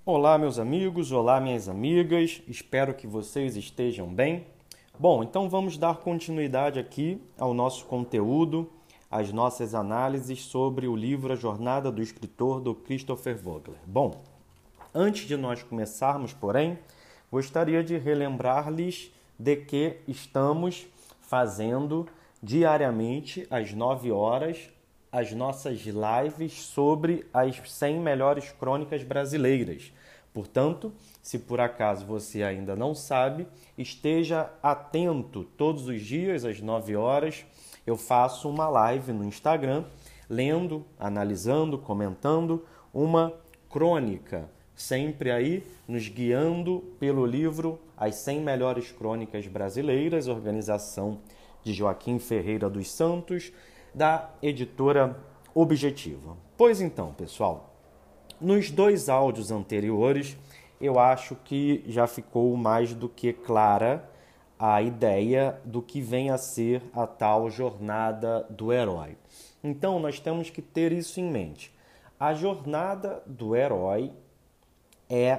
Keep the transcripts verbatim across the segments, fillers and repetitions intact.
Olá, meus amigos, olá, minhas amigas, espero que vocês estejam bem. Bom, então vamos dar continuidade aqui ao nosso conteúdo, às nossas análises sobre o livro A Jornada do Escritor, do Christopher Vogler. Bom, antes de nós começarmos, porém, gostaria de relembrar-lhes de que estamos fazendo diariamente, às nove horas, as nossas lives sobre as cem melhores crônicas brasileiras. Portanto, se por acaso você ainda não sabe, esteja atento todos os dias às nove horas. Eu faço uma live no Instagram, lendo, analisando, comentando uma crônica, sempre aí nos guiando pelo livro As cem Melhores Crônicas Brasileiras, organização de Joaquim Ferreira dos Santos, da editora Objetiva. Pois então, pessoal, nos dois áudios anteriores, eu acho que já ficou mais do que clara a ideia do que vem a ser a tal jornada do herói. Então, nós temos que ter isso em mente. A jornada do herói é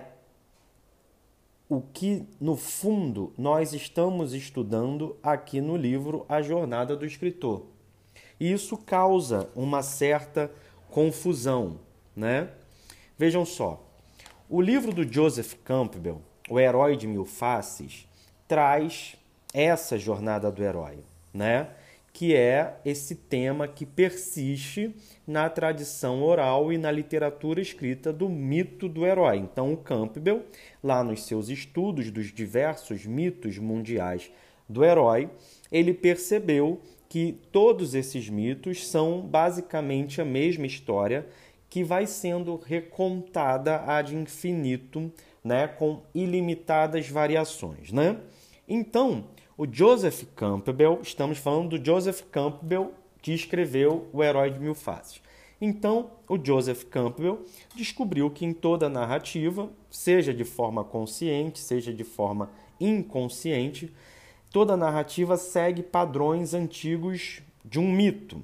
o que, no fundo, nós estamos estudando aqui no livro A Jornada do Escritor. E isso causa uma certa confusão, né? Vejam só, o livro do Joseph Campbell, O Herói de Mil Faces, traz essa jornada do herói, né? Que é esse tema que persiste na tradição oral e na literatura escrita do mito do herói. Então, o Campbell, lá nos seus estudos dos diversos mitos mundiais do herói, ele percebeu que todos esses mitos são basicamente a mesma história que vai sendo recontada ad infinitum, né, com ilimitadas variações, né? Então, o Joseph Campbell, estamos falando do Joseph Campbell que escreveu O Herói de Mil Faces. Então, o Joseph Campbell descobriu que em toda narrativa, seja de forma consciente, seja de forma inconsciente, toda narrativa segue padrões antigos de um mito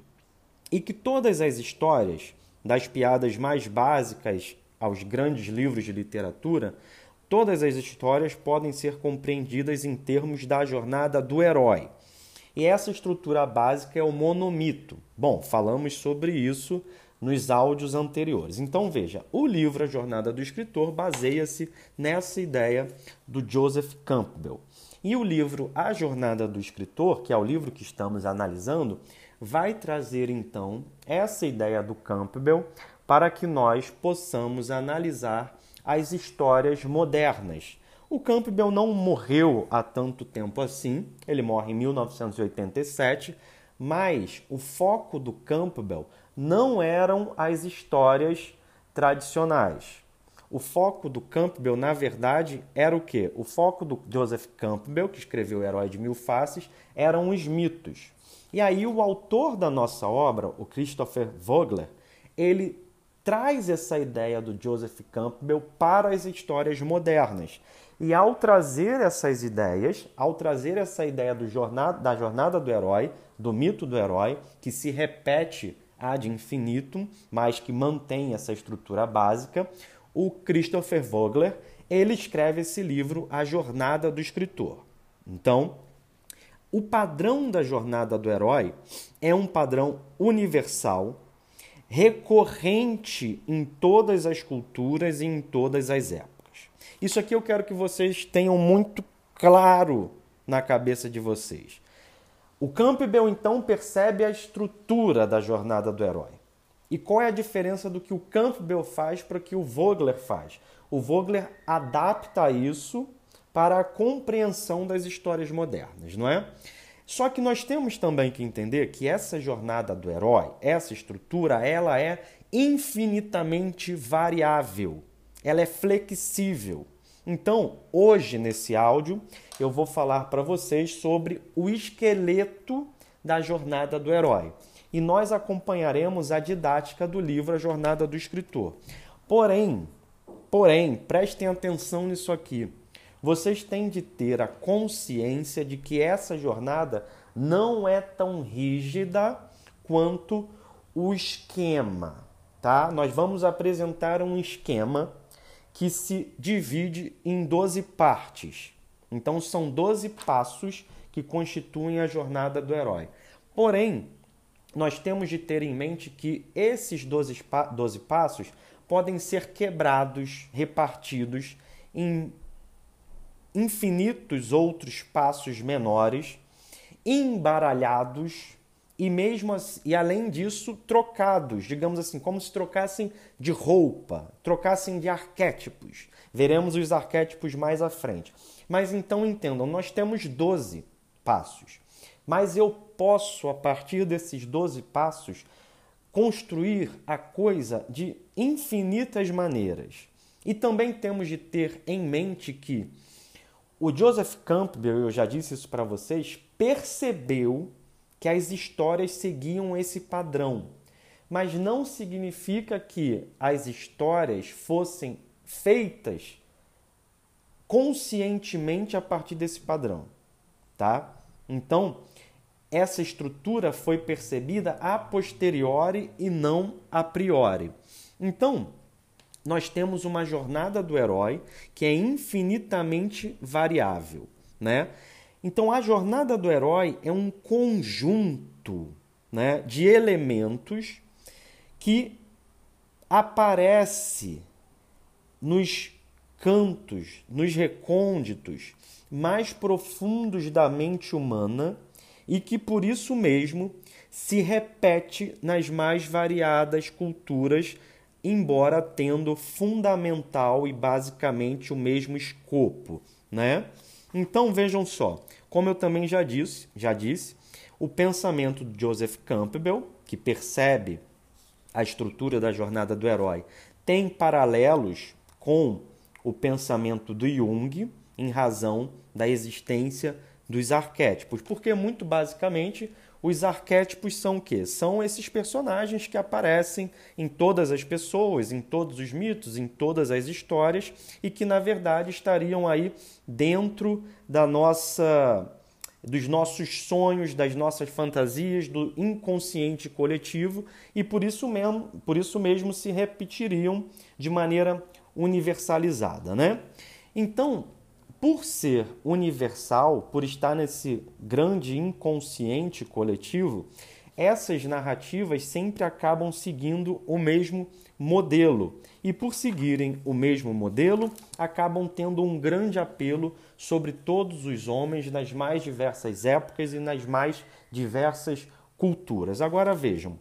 e que todas as histórias, das piadas mais básicas aos grandes livros de literatura, todas as histórias podem ser compreendidas em termos da jornada do herói. E essa estrutura básica é o monomito. Bom, falamos sobre isso nos áudios anteriores. Então, veja, o livro A Jornada do Escritor baseia-se nessa ideia do Joseph Campbell. E o livro A Jornada do Escritor, que é o livro que estamos analisando, vai trazer, então, essa ideia do Campbell para que nós possamos analisar as histórias modernas. O Campbell não morreu há tanto tempo assim, ele morre em mil novecentos e oitenta e sete, mas o foco do Campbell não eram as histórias tradicionais. O foco do Campbell, na verdade, era o quê? O foco do Joseph Campbell, que escreveu O Herói de Mil Faces, eram os mitos. E aí o autor da nossa obra, o Christopher Vogler, ele traz essa ideia do Joseph Campbell para as histórias modernas. E ao trazer essas ideias, ao trazer essa ideia do jornada, da jornada do herói, do mito do herói, que se repete ad infinitum, mas que mantém essa estrutura básica, o Christopher Vogler, ele escreve esse livro, A Jornada do Escritor. Então, o padrão da jornada do herói é um padrão universal, recorrente em todas as culturas e em todas as épocas. Isso aqui eu quero que vocês tenham muito claro na cabeça de vocês. O Campbell, então, percebe a estrutura da jornada do herói. E qual é a diferença do que o Campbell faz para o que o Vogler faz? O Vogler adapta isso para a compreensão das histórias modernas, não é? Só que nós temos também que entender que essa jornada do herói, essa estrutura, ela é infinitamente variável. Ela é flexível. Então, hoje, nesse áudio, eu vou falar para vocês sobre o esqueleto da jornada do herói. E nós acompanharemos a didática do livro A Jornada do Escritor. Porém, porém, prestem atenção nisso aqui. Vocês têm de ter a consciência de que essa jornada não é tão rígida quanto o esquema, tá? Nós vamos apresentar um esquema que se divide em doze partes. Então, são doze passos que constituem a jornada do herói. Porém, nós temos de ter em mente que esses doze, doze passos podem ser quebrados, repartidos em infinitos outros passos menores, embaralhados e mesmo assim, e além disso trocados, digamos assim, como se trocassem de roupa, trocassem de arquétipos. Veremos os arquétipos mais à frente. Mas então entendam, nós temos doze passos, mas eu posso, a partir desses doze passos, construir a coisa de infinitas maneiras. E também temos de ter em mente que o Joseph Campbell, eu já disse isso para vocês, percebeu que as histórias seguiam esse padrão. Mas não significa que as histórias fossem feitas conscientemente a partir desse padrão, tá? Então, essa estrutura foi percebida a posteriori e não a priori. Então, nós temos uma jornada do herói que é infinitamente variável, né? Então, a jornada do herói é um conjunto, né, de elementos que aparece nos cantos, nos recônditos mais profundos da mente humana e que, por isso mesmo, se repete nas mais variadas culturas, embora tendo fundamental e basicamente o mesmo escopo, né? Então, vejam só, como eu também já disse, já disse, o pensamento de Joseph Campbell, que percebe a estrutura da jornada do herói, tem paralelos com o pensamento do Jung, em razão da existência dos arquétipos, porque muito basicamente os arquétipos são o quê? São esses personagens que aparecem em todas as pessoas, em todos os mitos, em todas as histórias e que na verdade estariam aí dentro da nossa, dos nossos sonhos, das nossas fantasias, do inconsciente coletivo e por isso mesmo, por isso mesmo se repetiriam de maneira universalizada, né? Então, por ser universal, por estar nesse grande inconsciente coletivo, essas narrativas sempre acabam seguindo o mesmo modelo. E por seguirem o mesmo modelo, acabam tendo um grande apelo sobre todos os homens nas mais diversas épocas e nas mais diversas culturas. Agora vejam,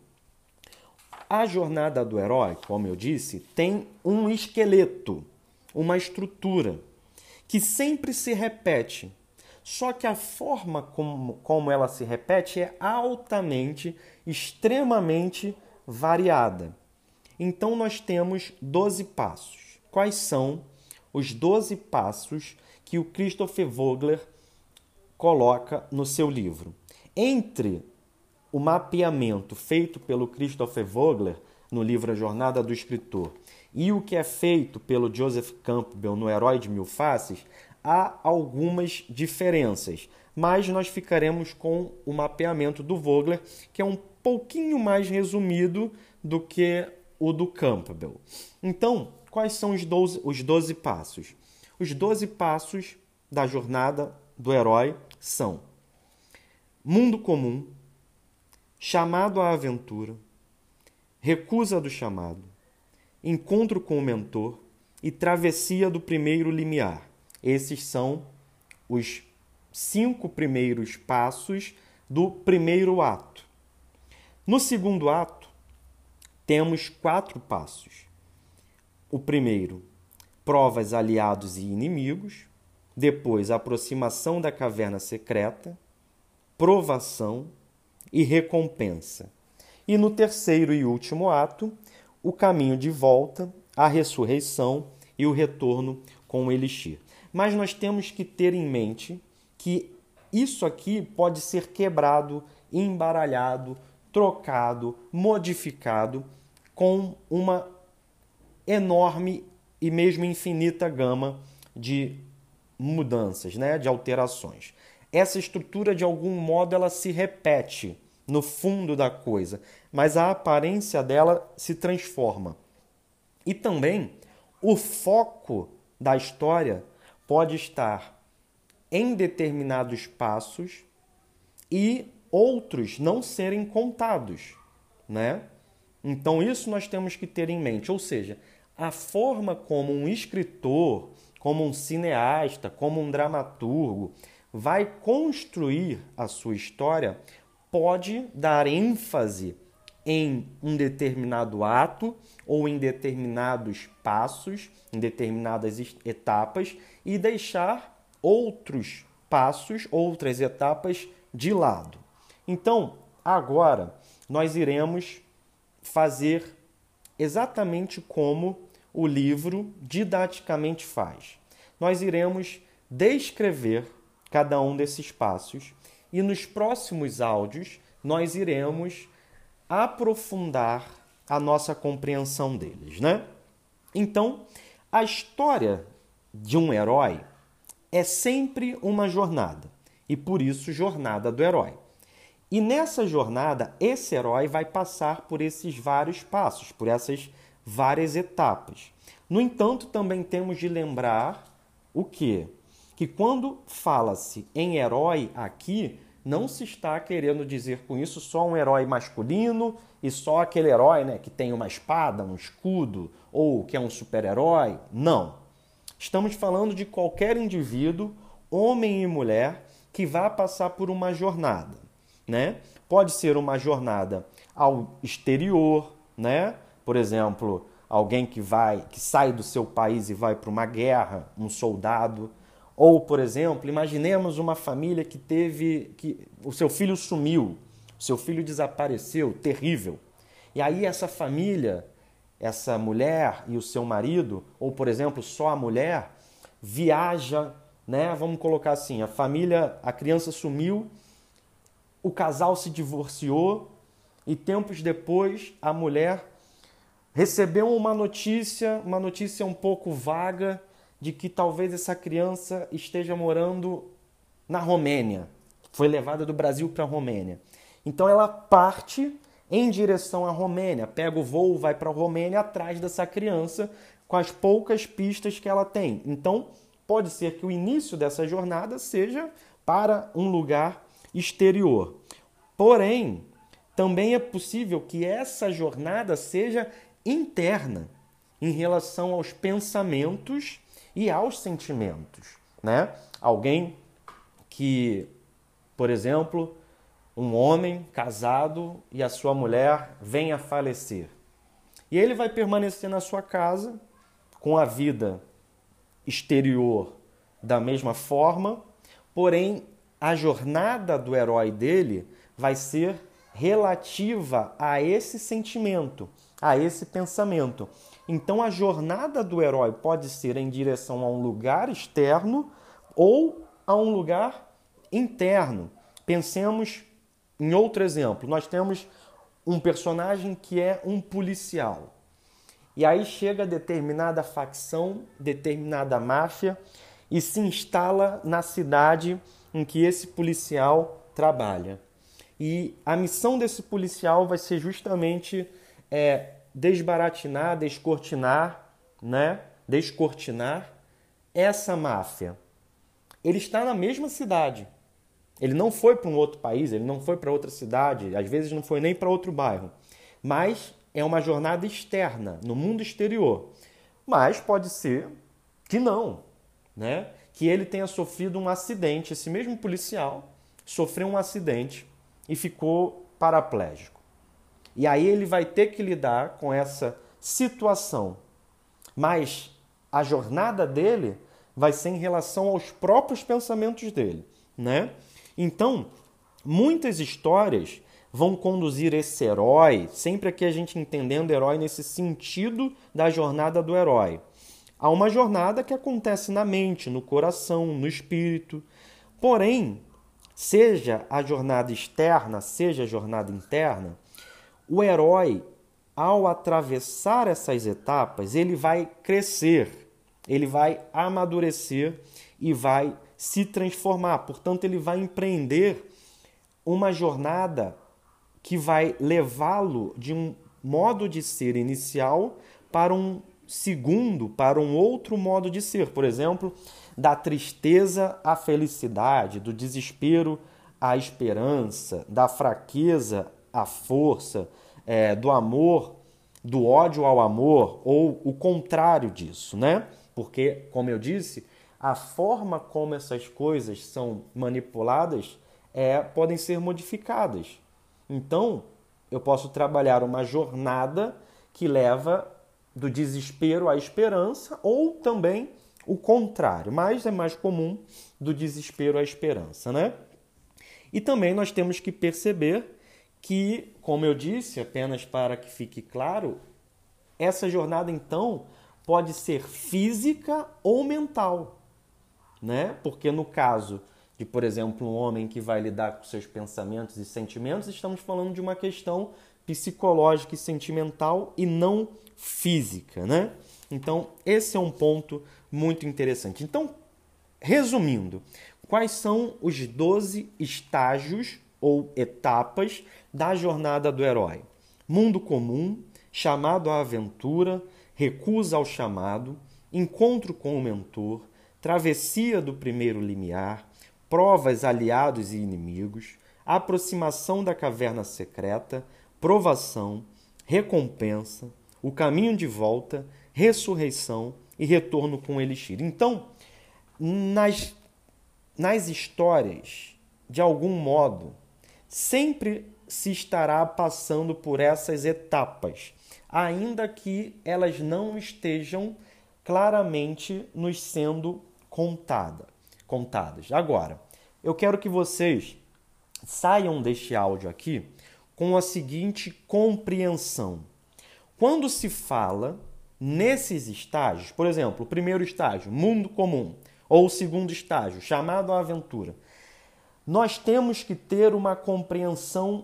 a jornada do herói, como eu disse, tem um esqueleto, uma estrutura que sempre se repete, só que a forma como, como ela se repete é altamente, extremamente variada. Então nós temos doze passos. Quais são os doze passos que o Christopher Vogler coloca no seu livro? Entre o mapeamento feito pelo Christopher Vogler no livro A Jornada do Escritor e o que é feito pelo Joseph Campbell no Herói de Mil Faces, há algumas diferenças, mas nós ficaremos com o mapeamento do Vogler, que é um pouquinho mais resumido do que o do Campbell. Então, quais são os doze, os doze passos? Os doze passos da jornada do herói são mundo comum, chamado à aventura, recusa do chamado, encontro com o mentor e travessia do primeiro limiar. Esses são os cinco primeiros passos do primeiro ato. No segundo ato, temos quatro passos. O primeiro, provas, aliados e inimigos. Depois, aproximação da caverna secreta, provação e recompensa. E no terceiro e último ato, o caminho de volta, a ressurreição e o retorno com o elixir. Mas nós temos que ter em mente que isso aqui pode ser quebrado, embaralhado, trocado, modificado com uma enorme e mesmo infinita gama de mudanças, né? De alterações. Essa estrutura, de algum modo, ela se repete no fundo da coisa, mas a aparência dela se transforma. E também, o foco da história pode estar em determinados passos e outros não serem contados, né? Então isso nós temos que ter em mente, ou seja, a forma como um escritor, como um cineasta, como um dramaturgo vai construir a sua história pode dar ênfase em um determinado ato ou em determinados passos, em determinadas etapas e deixar outros passos, outras etapas de lado. Então, agora nós iremos fazer exatamente como o livro didaticamente faz. Nós iremos descrever cada um desses passos e nos próximos áudios nós iremos aprofundar a nossa compreensão deles, né? Então, a história de um herói é sempre uma jornada e por isso jornada do herói. E nessa jornada, esse herói vai passar por esses vários passos, por essas várias etapas. No entanto, também temos de lembrar o quê? Que quando fala-se em herói aqui, não se está querendo dizer com isso só um herói masculino e só aquele herói, né, que tem uma espada, um escudo ou que é um super-herói. Não. Estamos falando de qualquer indivíduo, homem e mulher, que vai passar por uma jornada, né? Pode ser uma jornada ao exterior, né? Por exemplo, alguém que vai, que sai do seu país e vai para uma guerra, um soldado. Ou, por exemplo, imaginemos uma família que teve, que o seu filho sumiu, o seu filho desapareceu, terrível. E aí essa família, essa mulher e o seu marido, ou, por exemplo, só a mulher, viaja, né? Vamos colocar assim, a família, a criança sumiu, o casal se divorciou e tempos depois a mulher recebeu uma notícia, uma notícia um pouco vaga, de que talvez essa criança esteja morando na Romênia. Foi levada do Brasil para a Romênia. Então ela parte em direção à Romênia, pega o voo, vai para a Romênia atrás dessa criança com as poucas pistas que ela tem. Então pode ser que o início dessa jornada seja para um lugar exterior. Porém, também é possível que essa jornada seja interna em relação aos pensamentos e aos sentimentos, né? Alguém que, por exemplo, um homem casado e a sua mulher vem a falecer. E ele vai permanecer na sua casa com a vida exterior da mesma forma, porém a jornada do herói dele vai ser relativa a esse sentimento, a esse pensamento. Então a jornada do herói pode ser em direção a um lugar externo ou a um lugar interno. Pensemos em outro exemplo. Nós temos um personagem que é um policial. E aí chega determinada facção, determinada máfia e se instala na cidade em que esse policial trabalha. E a missão desse policial vai ser justamente é, desbaratinar, descortinar, né? descortinar essa máfia. Ele está na mesma cidade. Ele não foi para um outro país, ele não foi para outra cidade, às vezes não foi nem para outro bairro. Mas é uma jornada externa, no mundo exterior. Mas pode ser que não, né? Que ele tenha sofrido um acidente. Esse mesmo policial sofreu um acidente e ficou paraplégico. E aí ele vai ter que lidar com essa situação. Mas a jornada dele vai ser em relação aos próprios pensamentos dele, né? Então, muitas histórias vão conduzir esse herói, sempre aqui a gente entendendo herói nesse sentido da jornada do herói, a uma jornada que acontece na mente, no coração, no espírito. Porém, seja a jornada externa, seja a jornada interna, o herói, ao atravessar essas etapas, ele vai crescer, ele vai amadurecer e vai se transformar. Portanto, ele vai empreender uma jornada que vai levá-lo de um modo de ser inicial para um segundo para um outro modo de ser. Por exemplo, da tristeza à felicidade, do desespero à esperança, da fraqueza à força, é, do amor, do ódio ao amor, ou o contrário disso, né? Porque, como eu disse, a forma como essas coisas são manipuladas é, podem ser modificadas. Então, eu posso trabalhar uma jornada que leva do desespero à esperança, ou também o contrário, mas é mais comum do desespero à esperança, né? E também nós temos que perceber que, como eu disse, apenas para que fique claro, essa jornada então pode ser física ou mental, né? Porque no caso de, por exemplo, um homem que vai lidar com seus pensamentos e sentimentos, estamos falando de uma questão psicológica e sentimental e não física, né? Então, esse é um ponto muito interessante. Então, resumindo, quais são os doze estágios ou etapas da jornada do herói? Mundo comum, chamado à aventura, recusa ao chamado, encontro com o mentor, travessia do primeiro limiar, provas, aliados e inimigos, aproximação da caverna secreta, provação, recompensa, o caminho de volta, ressurreição e retorno com o elixir. Então, nas, nas histórias, de algum modo, sempre se estará passando por essas etapas, ainda que elas não estejam claramente nos sendo contada, contadas. Agora, eu quero que vocês saiam deste áudio aqui com a seguinte compreensão. Quando se fala nesses estágios, por exemplo, o primeiro estágio, mundo comum, ou o segundo estágio, chamado à aventura, nós temos que ter uma compreensão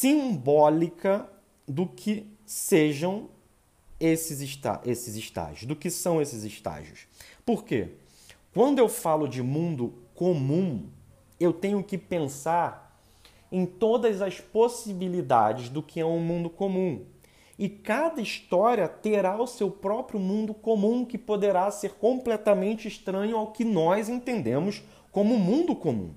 simbólica do que sejam esses, está, esses estágios, do que são esses estágios. Por quê? Quando eu falo de mundo comum, eu tenho que pensar em todas as possibilidades do que é um mundo comum. E cada história terá o seu próprio mundo comum, que poderá ser completamente estranho ao que nós entendemos como mundo comum.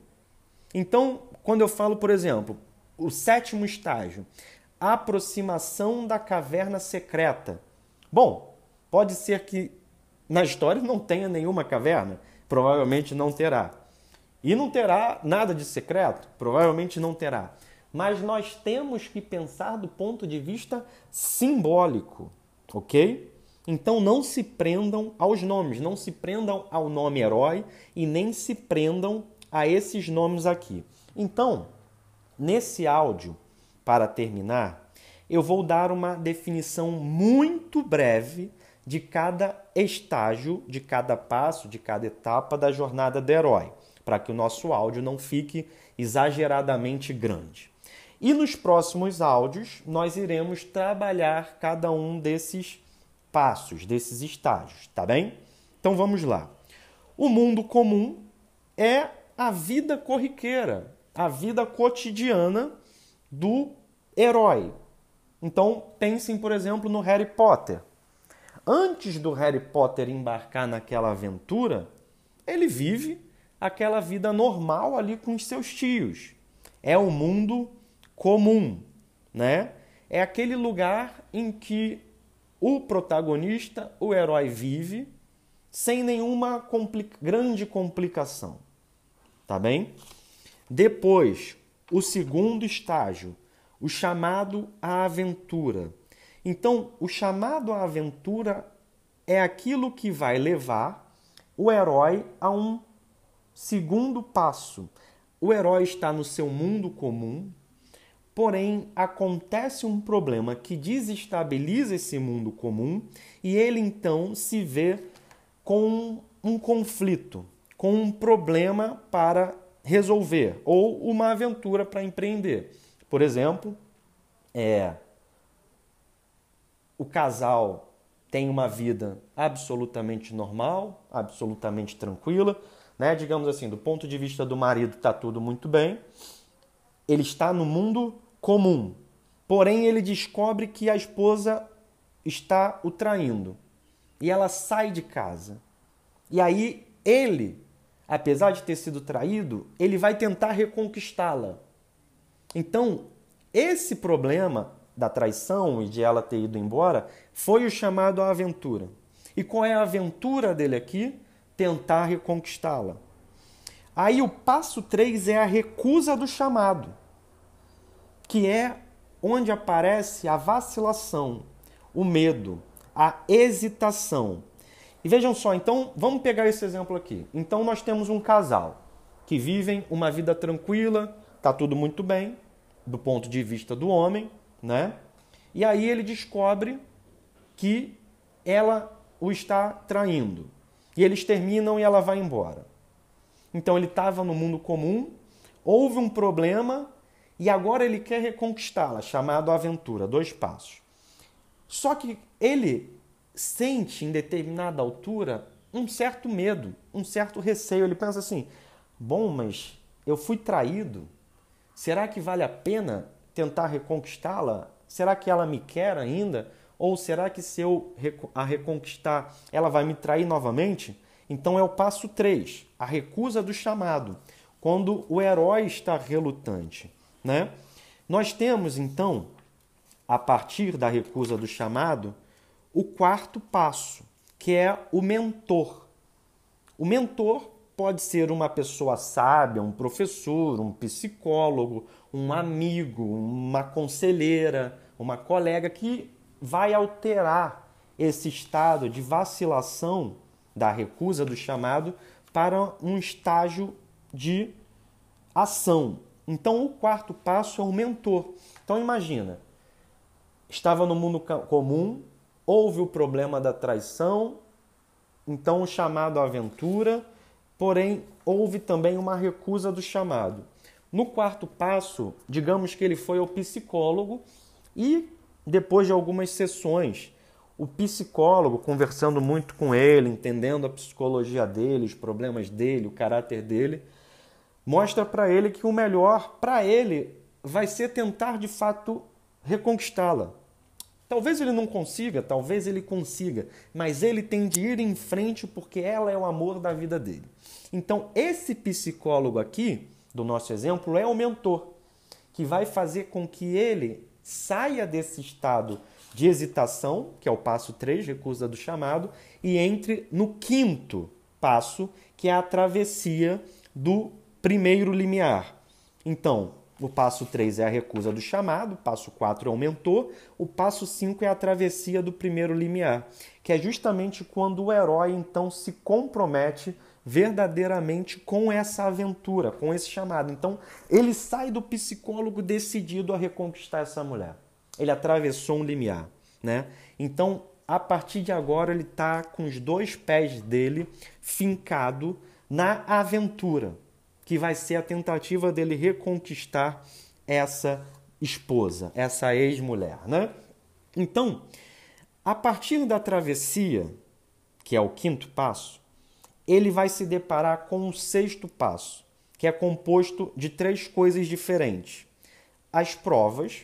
Então, quando eu falo, por exemplo, o sétimo estágio, a aproximação da caverna secreta. Bom, pode ser que na história não tenha nenhuma caverna, provavelmente não terá. E não terá nada de secreto, provavelmente não terá. Mas nós temos que pensar do ponto de vista simbólico, ok? Então não se prendam aos nomes, não se prendam ao nome herói e nem se prendam a esses nomes aqui. Então, nesse áudio, para terminar, eu vou dar uma definição muito breve de cada estágio, de cada passo, de cada etapa da jornada do herói, para que o nosso áudio não fique exageradamente grande. E nos próximos áudios, nós iremos trabalhar cada um desses passos, desses estágios, tá bem? Então vamos lá. O mundo comum é a vida corriqueira, a vida cotidiana do herói. Então pensem, por exemplo, no Harry Potter. Antes do Harry Potter embarcar naquela aventura, ele vive aquela vida normal ali com os seus tios. É o mundo comum, né? É aquele lugar em que o protagonista, o herói, vive sem nenhuma complica- grande complicação. Tá bem? Depois, o segundo estágio, o chamado à aventura. Então, o chamado à aventura é aquilo que vai levar o herói a um segundo passo. O herói está no seu mundo comum, porém acontece um problema que desestabiliza esse mundo comum e ele então se vê com um conflito, com um problema para resolver ou uma aventura para empreender. Por exemplo, é, o casal tem uma vida absolutamente normal, absolutamente tranquila, né? Digamos assim, do ponto de vista do marido está tudo muito bem, ele está no mundo comum, porém ele descobre que a esposa está o traindo. e ela sai de casa. E aí ele, apesar de ter sido traído, ele vai tentar reconquistá-la. Então, esse problema da traição e de ela ter ido embora foi o chamado à aventura. E qual é a aventura dele aqui? Tentar reconquistá-la. Aí o passo três é a recusa do chamado, que é onde aparece a vacilação, o medo, a hesitação. E vejam só, então, vamos pegar esse exemplo aqui. Então, nós temos um casal que vivem uma vida tranquila, está tudo muito bem, do ponto de vista do homem, né? E aí ele descobre que ela o está traindo. E eles terminam e ela vai embora. Então, ele estava no mundo comum, houve um problema e agora ele quer reconquistá-la, chamado aventura, dois passos. Só que ele sente, em determinada altura, um certo medo, um certo receio. Ele pensa assim, bom, mas eu fui traído. Será que vale a pena tentar reconquistá-la? Será que ela me quer ainda? Ou será que se eu a reconquistar, ela vai me trair novamente? Então é o passo três, a recusa do chamado, quando o herói está relutante, né? Nós temos, então, a partir da recusa do chamado, o quarto passo, que é o mentor. O mentor pode ser uma pessoa sábia, um professor, um psicólogo, um amigo, uma conselheira, uma colega que vai alterar esse estado de vacilação da recusa do chamado para um estágio de ação. Então, o quarto passo é o mentor. Então, imagina, estava no mundo comum, houve o problema da traição, então o chamado à aventura, porém houve também uma recusa do chamado. No quarto passo, digamos que ele foi ao psicólogo e depois de algumas sessões, o psicólogo, conversando muito com ele, entendendo a psicologia dele, os problemas dele, o caráter dele, mostra para ele que o melhor para ele vai ser tentar de fato reconquistá-la. Talvez ele não consiga, talvez ele consiga, mas ele tem de ir em frente porque ela é o amor da vida dele. Então, esse psicólogo aqui, do nosso exemplo, é o mentor, que vai fazer com que ele saia desse estado de hesitação, que é o passo três, recusa do chamado, e entre no quinto passo, que é a travessia do primeiro limiar. Então, o passo três é a recusa do chamado, o passo quatro é o mentor, o passo cinco é a travessia do primeiro limiar, que é justamente quando o herói, então, se compromete verdadeiramente com essa aventura, com esse chamado. Então, ele sai do psicólogo decidido a reconquistar essa mulher. Ele atravessou um limiar, né? Então, a partir de agora, ele está com os dois pés dele fincado na aventura, que vai ser a tentativa dele reconquistar essa esposa, essa ex-mulher, né? Então, a partir da travessia, que é o quinto passo, ele vai se deparar com o sexto passo, que é composto de três coisas diferentes: as provas,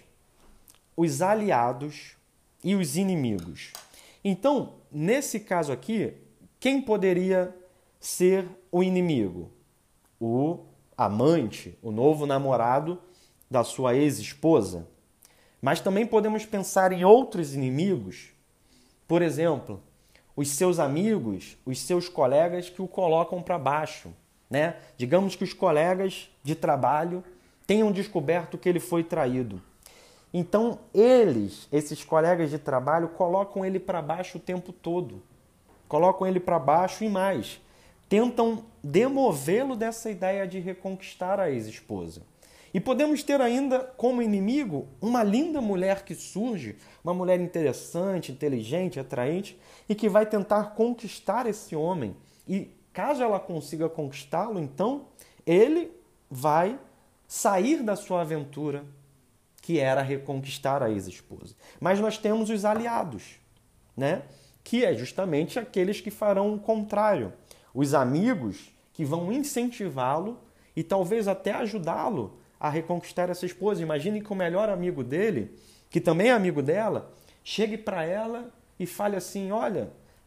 os aliados e os inimigos. Então, nesse caso aqui, quem poderia ser o inimigo? O amante, o novo namorado da sua ex-esposa. Mas também podemos pensar em outros inimigos. Por exemplo, os seus amigos, os seus colegas que o colocam para baixo, né? Digamos que os colegas de trabalho tenham descoberto que ele foi traído. Então, eles, esses colegas de trabalho, colocam ele para baixo o tempo todo. Colocam ele para baixo e mais. Tentam demovê-lo dessa ideia de reconquistar a ex-esposa. E podemos ter ainda como inimigo uma linda mulher que surge, uma mulher interessante, inteligente, atraente, e que vai tentar conquistar esse homem. E caso ela consiga conquistá-lo, então ele vai sair da sua aventura, que era reconquistar a ex-esposa. Mas nós temos os aliados, né? Que é justamente aqueles que farão o contrário. Os amigos que vão incentivá-lo e talvez até ajudá-lo a reconquistar essa esposa. Imagine que o melhor amigo dele, que também é amigo dela, chegue para ela e fale assim: olha,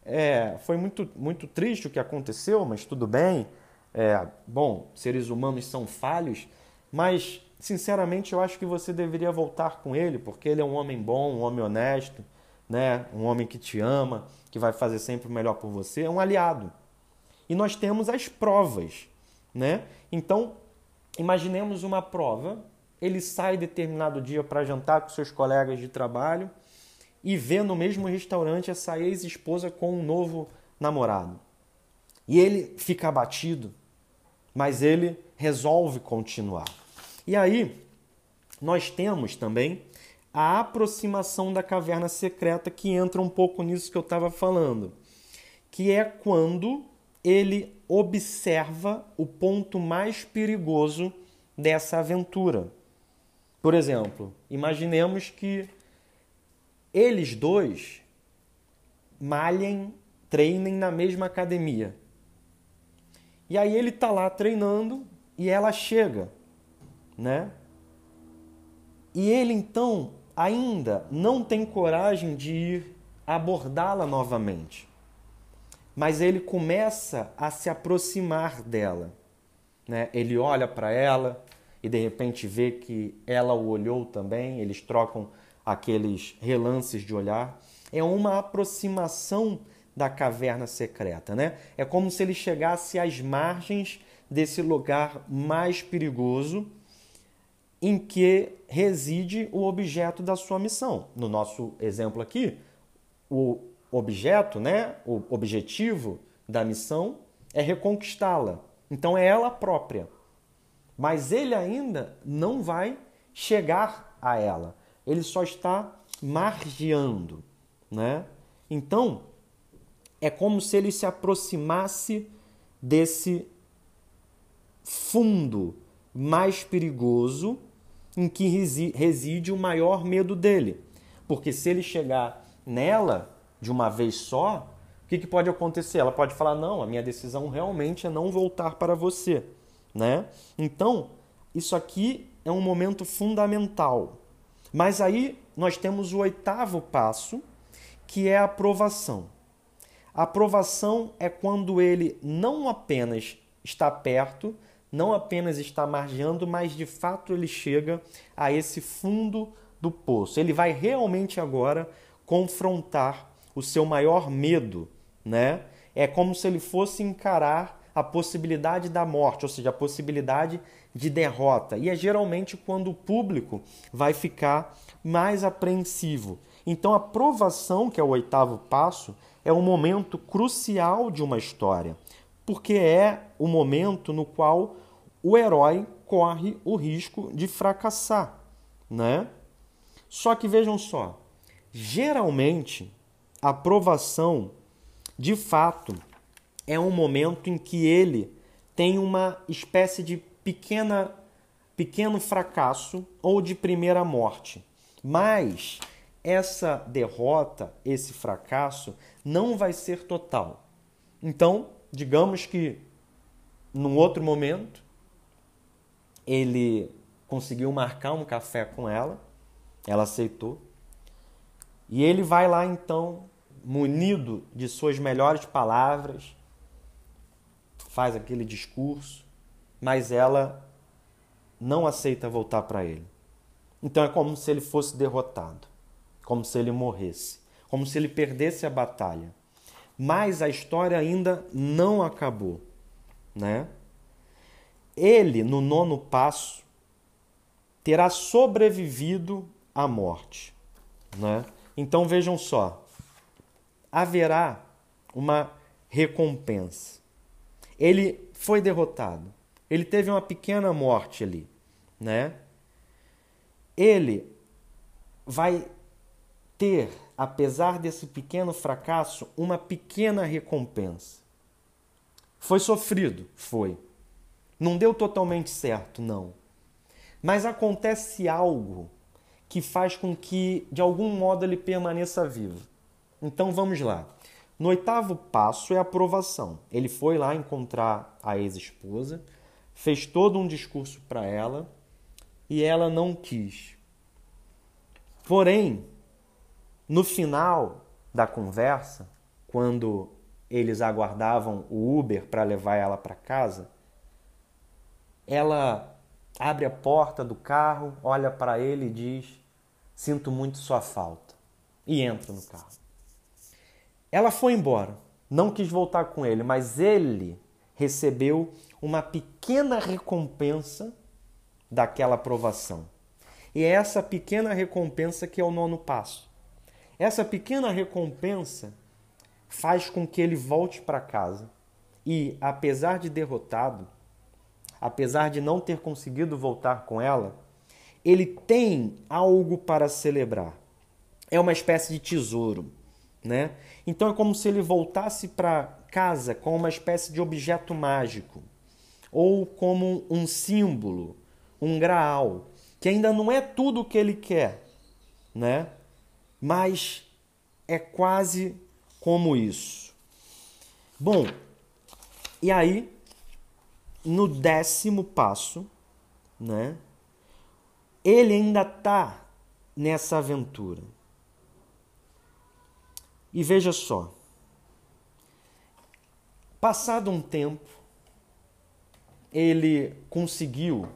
é, foi muito, muito triste o que aconteceu, mas tudo bem. É, bom, seres humanos são falhos, mas, sinceramente, eu acho que você deveria voltar com ele, porque ele é um homem bom, um homem honesto, né? Um homem que te ama, que vai fazer sempre o melhor por você, é um aliado. E nós temos as provas, né? Então, imaginemos uma prova, ele sai determinado dia para jantar com seus colegas de trabalho e vê no mesmo restaurante essa ex-esposa com um novo namorado. E ele fica abatido, mas ele resolve continuar. E aí, nós temos também a aproximação da caverna secreta, que entra um pouco nisso que eu estava falando, que é quando ele observa o ponto mais perigoso dessa aventura. Por exemplo, imaginemos que eles dois malhem, treinem na mesma academia. E aí ele está lá treinando e ela chega, né? E ele então ainda não tem coragem de ir abordá-la novamente. Mas ele começa a se aproximar dela, né? Ele olha para ela e de repente vê que ela o olhou também, eles trocam aqueles relances de olhar. É uma aproximação da caverna secreta, né? É como se ele chegasse às margens desse lugar mais perigoso em que reside o objeto da sua missão. No nosso exemplo aqui, o objeto, né, o objetivo da missão é reconquistá-la. Então é ela própria. Mas ele ainda não vai chegar a ela. Ele só está margeando, né? Então, é como se ele se aproximasse desse fundo mais perigoso em que reside o maior medo dele. Porque se ele chegar nela de uma vez só, o que, que pode acontecer? Ela pode falar, não, a minha decisão realmente é não voltar para você, né? Então, isso aqui é um momento fundamental. Mas aí nós temos o oitavo passo, que é a aprovação. A aprovação é quando ele não apenas está perto, não apenas está margeando, mas de fato ele chega a esse fundo do poço. Ele vai realmente agora confrontar o seu maior medo, né? É como se ele fosse encarar a possibilidade da morte, ou seja, a possibilidade de derrota. E é geralmente quando o público vai ficar mais apreensivo. Então a aprovação, que é o oitavo passo, é um momento crucial de uma história, porque é o momento no qual o herói corre o risco de fracassar, né? Só que vejam só, geralmente a aprovação, de fato, é um momento em que ele tem uma espécie de pequena, pequeno fracasso ou de primeira morte. Mas essa derrota, esse fracasso, não vai ser total. Então, digamos que num outro momento, ele conseguiu marcar um café com ela, ela aceitou, e ele vai lá então, munido de suas melhores palavras, faz aquele discurso, mas ela não aceita voltar para ele. Então é como se ele fosse derrotado, como se ele morresse, como se ele perdesse a batalha. Mas a história ainda não acabou, né? Ele, no nono passo, terá sobrevivido à morte, né? Então vejam só, haverá uma recompensa. Ele foi derrotado, ele teve uma pequena morte ali, né? Ele vai ter, apesar desse pequeno fracasso, uma pequena recompensa. Foi sofrido? Foi. Não deu totalmente certo? Não. Mas acontece algo que faz com que, de algum modo, ele permaneça vivo. Então vamos lá. No oitavo passo é a aprovação. Ele foi lá encontrar a ex-esposa, fez todo um discurso para ela e ela não quis. Porém, no final da conversa, quando eles aguardavam o Uber para levar ela para casa, ela abre a porta do carro, olha para ele e diz: sinto muito sua falta, e entra no carro. Ela foi embora, não quis voltar com ele, mas ele recebeu uma pequena recompensa daquela aprovação. E é essa pequena recompensa que é o nono passo. Essa pequena recompensa faz com que ele volte para casa e, apesar de derrotado, apesar de não ter conseguido voltar com ela, ele tem algo para celebrar. É uma espécie de tesouro, né? Então é como se ele voltasse para casa com uma espécie de objeto mágico, ou como um símbolo, um graal, que ainda não é tudo o que ele quer, né? Mas é quase como isso. Bom, e aí, no décimo passo, né? Ele ainda está nessa aventura. E veja só, passado um tempo, ele conseguiu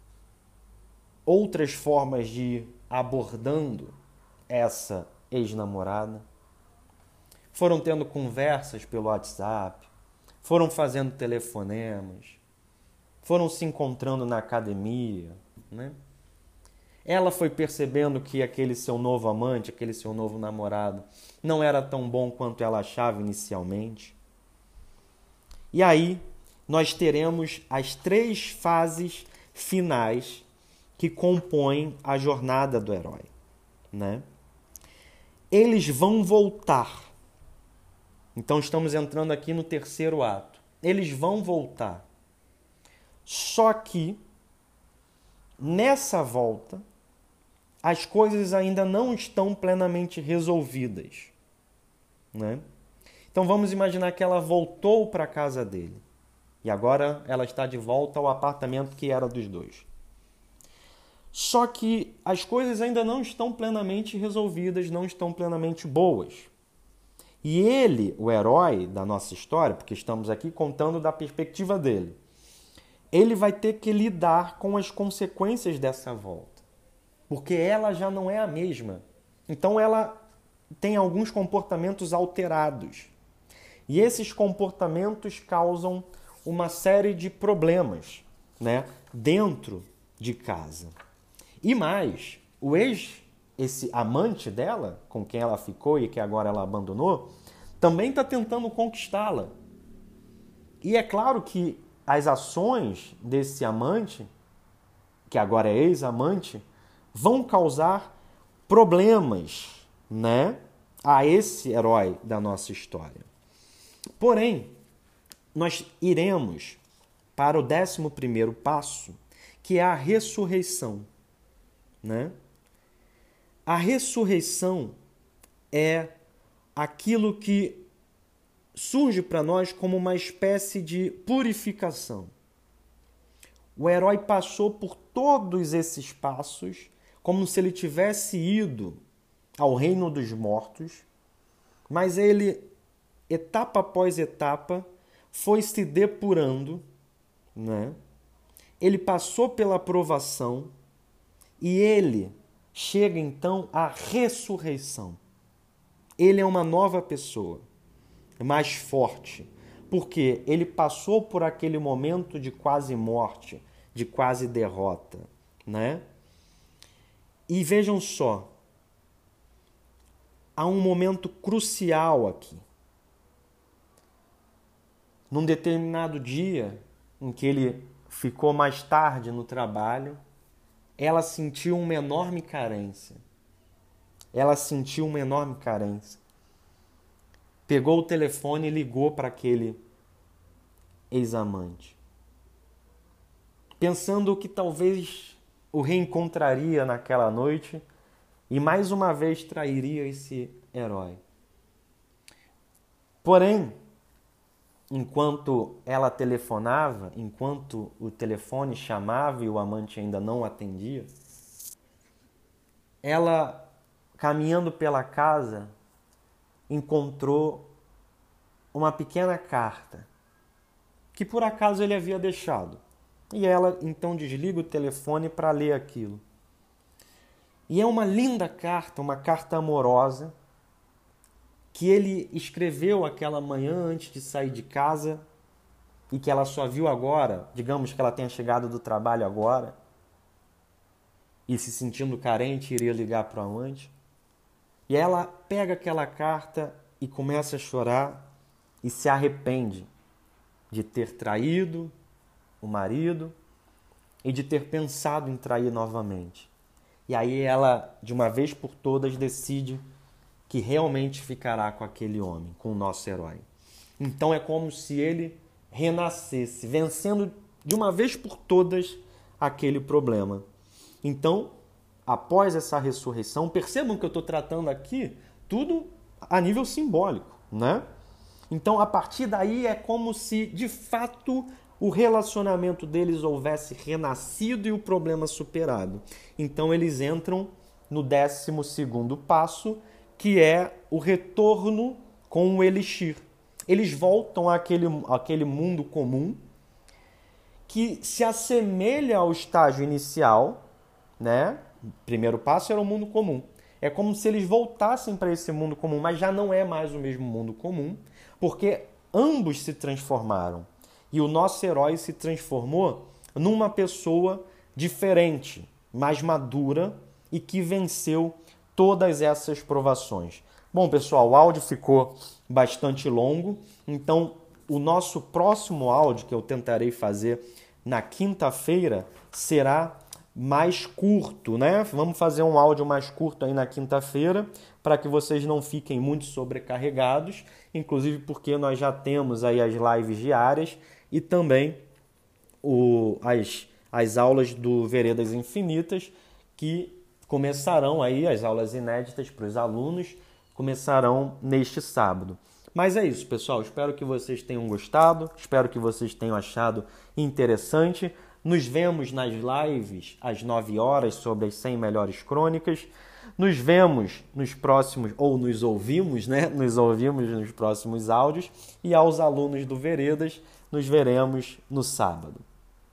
outras formas de ir abordando essa ex-namorada. Foram tendo conversas pelo WhatsApp, foram fazendo telefonemas, foram se encontrando na academia, né? Ela foi percebendo que aquele seu novo amante, aquele seu novo namorado, não era tão bom quanto ela achava inicialmente. E aí, nós teremos as três fases finais que compõem a jornada do herói, né? Eles vão voltar. Então, estamos entrando aqui no terceiro ato. Eles vão voltar. Só que, nessa volta, as coisas ainda não estão plenamente resolvidas, né? Então vamos imaginar que ela voltou para a casa dele e agora ela está de volta ao apartamento que era dos dois. Só que as coisas ainda não estão plenamente resolvidas, não estão plenamente boas. E ele, o herói da nossa história, porque estamos aqui contando da perspectiva dele, ele vai ter que lidar com as consequências dessa volta. Porque ela já não é a mesma. Então ela tem alguns comportamentos alterados. E esses comportamentos causam uma série de problemas, né, dentro de casa. E mais, o ex, esse amante dela, com quem ela ficou e que agora ela abandonou, também está tentando conquistá-la. E é claro que as ações desse amante, que agora é ex-amante, vão causar problemas, né, a esse herói da nossa história. Porém, nós iremos para o décimo primeiro passo, que é a ressurreição, né? A ressurreição é aquilo que surge para nós como uma espécie de purificação. O herói passou por todos esses passos como se ele tivesse ido ao reino dos mortos, mas ele, etapa após etapa, foi se depurando, né? Ele passou pela aprovação e ele chega então à ressurreição. Ele é uma nova pessoa, mais forte, porque ele passou por aquele momento de quase morte, de quase derrota, né? E vejam só, há um momento crucial aqui. Num determinado dia, em que ele ficou mais tarde no trabalho, ela sentiu uma enorme carência. Ela sentiu uma enorme carência. Pegou o telefone e ligou para aquele ex-amante, pensando que talvez o reencontraria naquela noite e mais uma vez trairia esse herói. Porém, enquanto ela telefonava, enquanto o telefone chamava e o amante ainda não atendia, ela, caminhando pela casa, encontrou uma pequena carta que por acaso ele havia deixado. E ela então desliga o telefone para ler aquilo. E é uma linda carta, uma carta amorosa, que ele escreveu aquela manhã antes de sair de casa e que ela só viu agora, digamos que ela tenha chegado do trabalho agora, e se sentindo carente iria ligar para o amante. E ela pega aquela carta e começa a chorar e se arrepende de ter traído o marido e de ter pensado em trair novamente. E aí ela, de uma vez por todas, decide que realmente ficará com aquele homem, com o nosso herói. Então é como se ele renascesse, vencendo de uma vez por todas aquele problema. Então, após essa ressurreição, percebam que eu estou tratando aqui tudo a nível simbólico, né? Então, a partir daí é como se, de fato, o relacionamento deles houvesse renascido e o problema superado. Então, eles entram no décimo segundo passo, que é o retorno com o elixir. Eles voltam àquele, àquele mundo comum que se assemelha ao estágio inicial, né? O primeiro passo era o mundo comum. É como se eles voltassem para esse mundo comum, mas já não é mais o mesmo mundo comum, porque ambos se transformaram. E o nosso herói se transformou numa pessoa diferente, mais madura e que venceu todas essas provações. Bom, pessoal, o áudio ficou bastante longo, então o nosso próximo áudio, que eu tentarei fazer na quinta-feira, será mais curto, né? Vamos fazer um áudio mais curto aí na quinta-feira, para que vocês não fiquem muito sobrecarregados, inclusive porque nós já temos aí as lives diárias e também o, as, as aulas do Veredas Infinitas, que começarão aí, as aulas inéditas para os alunos, começarão neste sábado. Mas é isso, pessoal. Espero que vocês tenham gostado, espero que vocês tenham achado interessante. Nos vemos nas lives às nove horas sobre as cem melhores crônicas. Nos vemos nos próximos, ou nos ouvimos, né? Nos ouvimos nos próximos áudios. E aos alunos do Veredas, nos veremos no sábado.